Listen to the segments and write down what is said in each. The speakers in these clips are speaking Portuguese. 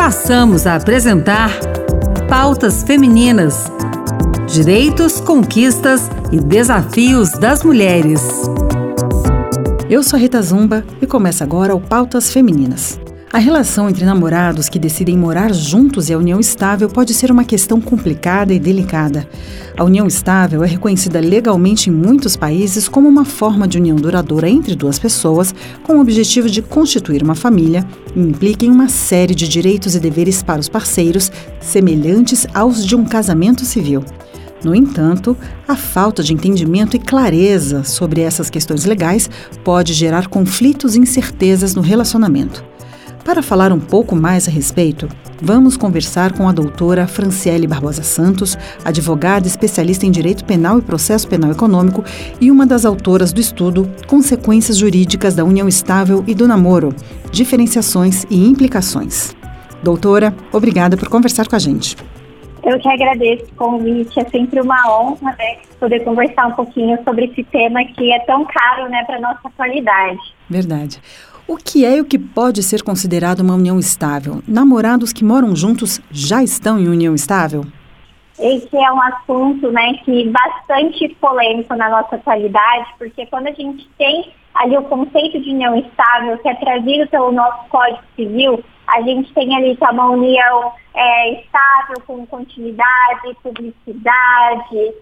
Passamos a apresentar Pautas Femininas: direitos, conquistas e desafios das mulheres. Eu sou a Rita Zumba e começa agora o Pautas Femininas. A relação entre namorados que decidem morar juntos e a união estável pode ser uma questão complicada e delicada. A união estável é reconhecida legalmente em muitos países como uma forma de união duradoura entre duas pessoas com o objetivo de constituir uma família e implica em uma série de direitos e deveres para os parceiros semelhantes aos de um casamento civil. No entanto, a falta de entendimento e clareza sobre essas questões legais pode gerar conflitos e incertezas no relacionamento. Para falar um pouco mais a respeito, vamos conversar com a doutora Franciele Barbosa Santos, advogada especialista em Direito Penal e Processo Penal Econômico e uma das autoras do estudo Consequências Jurídicas da União Estável e do Namoro, Diferenciações e Implicações. Doutora, obrigada por conversar com a gente. Eu que agradeço o convite, é sempre uma honra, poder conversar um pouquinho sobre esse tema que é tão caro, para a nossa atualidade. Verdade. O que é e o que pode ser considerado uma união estável? Namorados que moram juntos já estão em união estável? Esse é um assunto, que bastante polêmico na nossa atualidade, porque quando a gente tem ali o conceito de união estável, que é trazido pelo nosso Código Civil, a gente tem ali uma união estável, com continuidade, publicidade,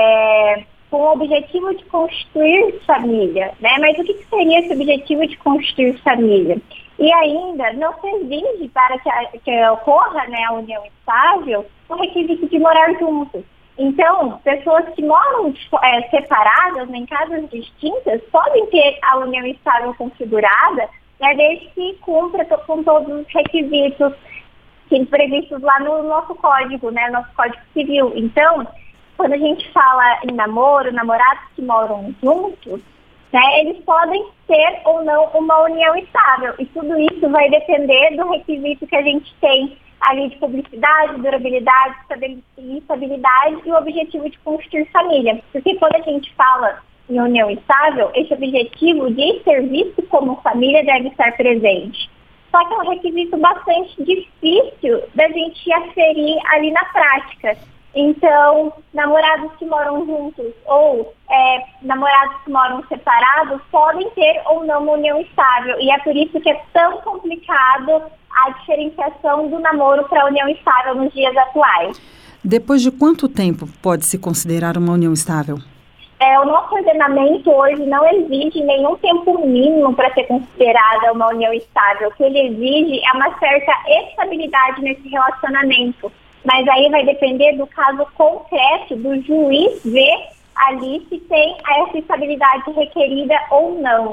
com o objetivo de construir família, Mas o que seria esse objetivo de construir família? E ainda não se exige para que ocorra a união estável o requisito de morar juntos. Então, pessoas que moram separadas, em casas distintas, podem ter a união estável configurada, desde que cumpra com todos os requisitos previstos lá no nosso código, nosso Código Civil. Então, quando a gente fala em namoro, namorados que moram juntos, eles podem ter ou não uma união estável. E tudo isso vai depender do requisito que a gente tem ali de publicidade, durabilidade, estabilidade e o objetivo de construir família. Porque quando a gente fala em união estável, esse objetivo de ser visto como família deve estar presente. Só que é um requisito bastante difícil da gente aferir ali na prática. Então, namorados que moram juntos ou namorados que moram separados podem ter ou não uma união estável. E é por isso que é tão complicado a diferenciação do namoro para a união estável nos dias atuais. Depois de quanto tempo pode se considerar uma união estável? O nosso ordenamento hoje não exige nenhum tempo mínimo para ser considerada uma união estável. O que ele exige é uma certa estabilidade nesse relacionamento. Mas aí vai depender do caso concreto, do juiz ver ali se tem essa estabilidade requerida ou não,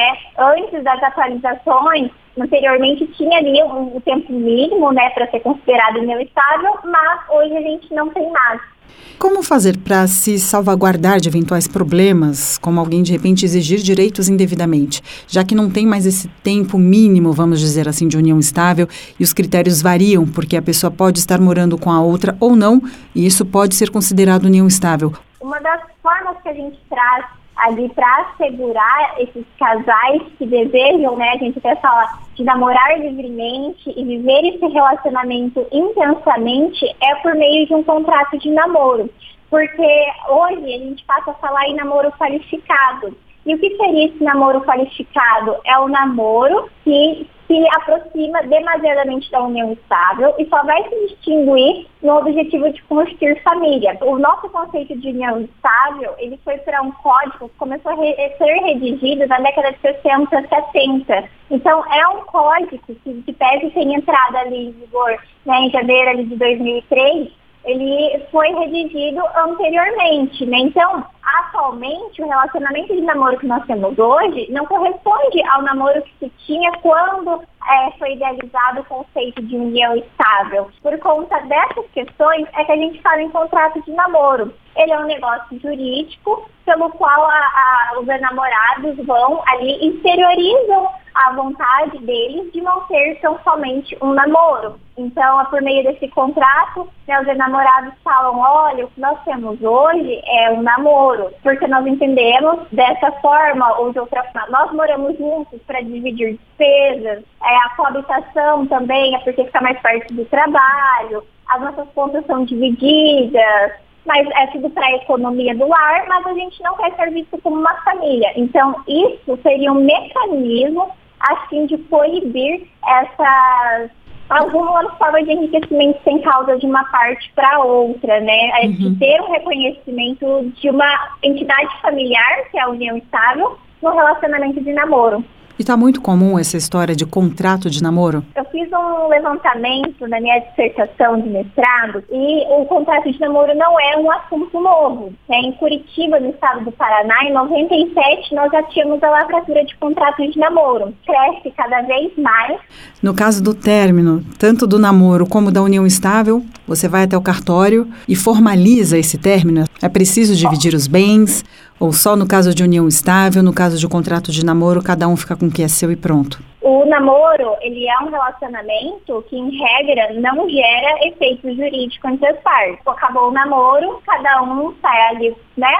Antes das atualizações, anteriormente tinha ali um tempo mínimo, para ser considerado união estável, mas hoje a gente não tem mais. Como fazer para se salvaguardar de eventuais problemas, como alguém de repente exigir direitos indevidamente, já que não tem mais esse tempo mínimo, vamos dizer assim, de união estável e os critérios variam, porque a pessoa pode estar morando com a outra ou não, e isso pode ser considerado união estável? Uma das formas que a gente traz ali para assegurar esses casais que desejam, a gente até fala de namorar livremente e viver esse relacionamento intensamente, é por meio de um contrato de namoro. Porque hoje a gente passa a falar em namoro qualificado. E o que seria esse namoro qualificado? É o namoro que se aproxima demasiadamente da união estável e só vai se distinguir no objetivo de construir família. O nosso conceito de união estável, ele foi para um código que começou a ser redigido na década de 60, 70. Então, é um código que pese tem entrada ali em vigor em janeiro ali de 2003, ele foi redigido anteriormente, Então, atualmente, o relacionamento de namoro que nós temos hoje não corresponde ao namoro que se tinha quando foi idealizado o conceito de união estável. Por conta dessas questões, é que a gente fala em contrato de namoro. Ele é um negócio jurídico pelo qual os namorados vão ali, exteriorizam a vontade deles de manter tão somente um namoro. Então, por meio desse contrato, os enamorados falam, olha, o que nós temos hoje é um namoro, porque nós entendemos dessa forma ou de outra forma. Nós moramos juntos para dividir despesas, a coabitação também é porque fica mais perto do trabalho, as nossas contas são divididas, mas é tudo para a economia do lar, mas a gente não quer ser visto como uma família. Então, isso seria um mecanismo, assim, de proibir algumas formas de enriquecimento sem causa de uma parte para outra, né? De ter um reconhecimento de uma entidade familiar, que é a união estável, no relacionamento de namoro. E está muito comum essa história de contrato de namoro? Eu fiz um levantamento na minha dissertação de mestrado e o contrato de namoro não é um assunto novo. Em Curitiba, no estado do Paraná, em 97, nós já tínhamos a lavratura de contrato de namoro. Cresce cada vez mais. No caso do término, tanto do namoro como da união estável, você vai até o cartório e formaliza esse término? É preciso dividir os bens? Ou só no caso de união estável, no caso de contrato de namoro, cada um fica com o que é seu e pronto? O namoro, ele é um relacionamento que, em regra, não gera efeito jurídico entre as partes. Acabou o namoro, cada um sai ali, né,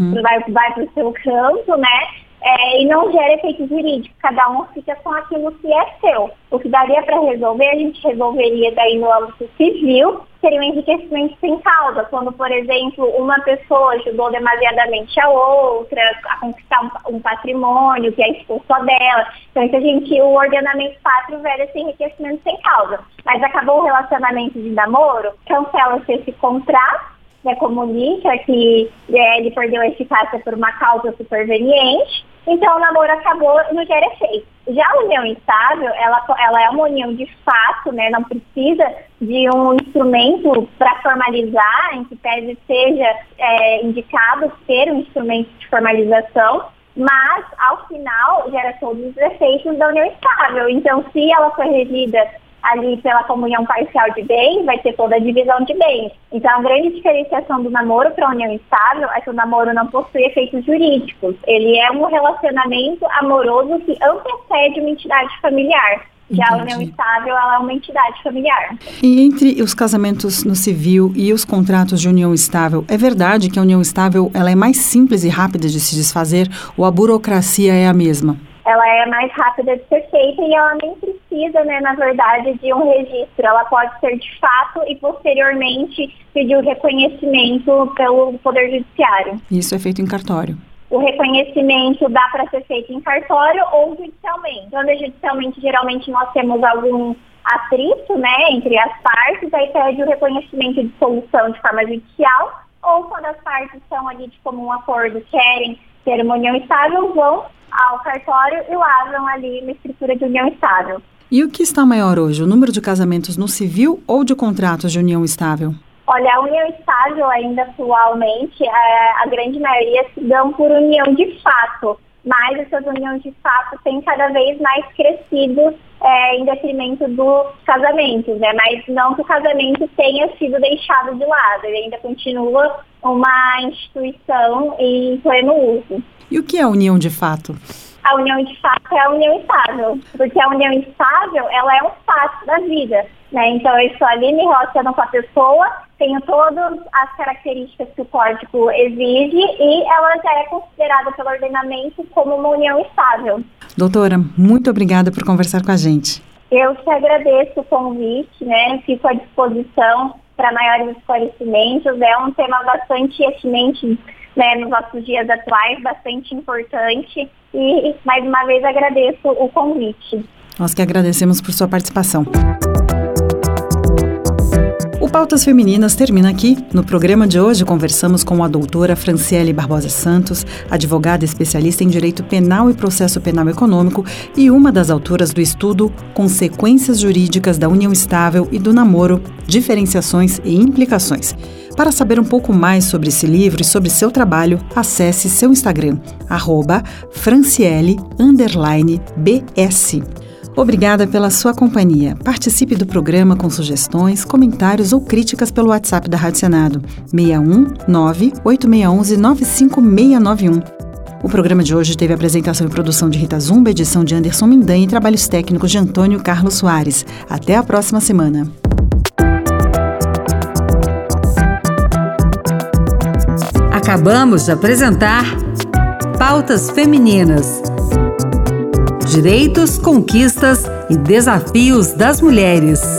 vai para o seu canto, né, e não gera efeito jurídico. Cada um fica com aquilo que é seu. O que daria para resolver, a gente resolveria daí no âmbito civil, seria um enriquecimento sem causa, quando, por exemplo, uma pessoa ajudou demasiadamente a outra a conquistar um patrimônio que é expulso dela. Então, o ordenamento pátrio vê esse enriquecimento sem causa. Mas acabou o relacionamento de namoro, cancela-se esse contrato, comunica que ele perdeu a eficácia por uma causa superveniente, então o namoro acabou e não gera efeito. Já a união estável, ela é uma união de fato, né, não precisa de um instrumento para formalizar, em que tese seja indicado ter um instrumento de formalização, mas ao final gera todos os efeitos da união estável. Então, se ela for regida ali pela comunhão parcial de bens, vai ter toda a divisão de bens. Então, a grande diferenciação do namoro para a união estável é que o namoro não possui efeitos jurídicos. Ele é um relacionamento amoroso que antecede uma entidade familiar. Já a união estável, ela é uma entidade familiar. E entre os casamentos no civil e os contratos de união estável, é verdade que a união estável ela é mais simples e rápida de se desfazer ou a burocracia é a mesma? Ela é mais rápida de ser feita e ela nem precisa, né, na verdade, de um registro. Ela pode ser de fato e posteriormente pedir o reconhecimento pelo Poder Judiciário. Isso é feito em cartório? O reconhecimento dá para ser feito em cartório ou judicialmente. Quando judicialmente, geralmente nós temos algum atrito, né, entre as partes, aí pede o reconhecimento de solução de forma judicial, ou quando as partes estão ali de comum acordo, querem ter uma união estável, vão ao cartório e lavram ali uma escritura de união estável. E o que está maior hoje, o número de casamentos no civil ou de contratos de união estável? Olha, a união estável ainda atualmente, a grande maioria se dão por união de fato, mas essas uniões de fato têm cada vez mais crescido em detrimento dos casamentos, né? Mas não que o casamento tenha sido deixado de lado, ele ainda continua uma instituição em pleno uso. E o que é a união de fato? A união de fato é a união estável, porque a união estável, ela é um fato da vida, né? Então, eu estou ali me relacionando com a pessoa, tenho todas as características que o código exige e ela já é considerada pelo ordenamento como uma união estável. Doutora, muito obrigada por conversar com a gente. Eu te agradeço o convite, né? Fico à disposição para maiores esclarecimentos. É um tema bastante eminente, né, nos nossos dias atuais, bastante importante. E, mais uma vez, agradeço o convite. Nós que agradecemos por sua participação. O Pautas Femininas termina aqui. No programa de hoje, conversamos com a doutora Franciele Barbosa Santos, advogada especialista em Direito Penal e Processo Penal Econômico e uma das autoras do estudo Consequências Jurídicas da União Estável e do Namoro, Diferenciações e Implicações. Para saber um pouco mais sobre esse livro e sobre seu trabalho, acesse seu Instagram, @Franciele_BS. Obrigada pela sua companhia. Participe do programa com sugestões, comentários ou críticas pelo WhatsApp da Rádio Senado, 61 98611 95691. O programa de hoje teve apresentação e produção de Rita Zumba, edição de Anderson Mindan e trabalhos técnicos de Antônio Carlos Soares. Até a próxima semana. Acabamos de apresentar Pautas Femininas. Direitos, conquistas e desafios das mulheres.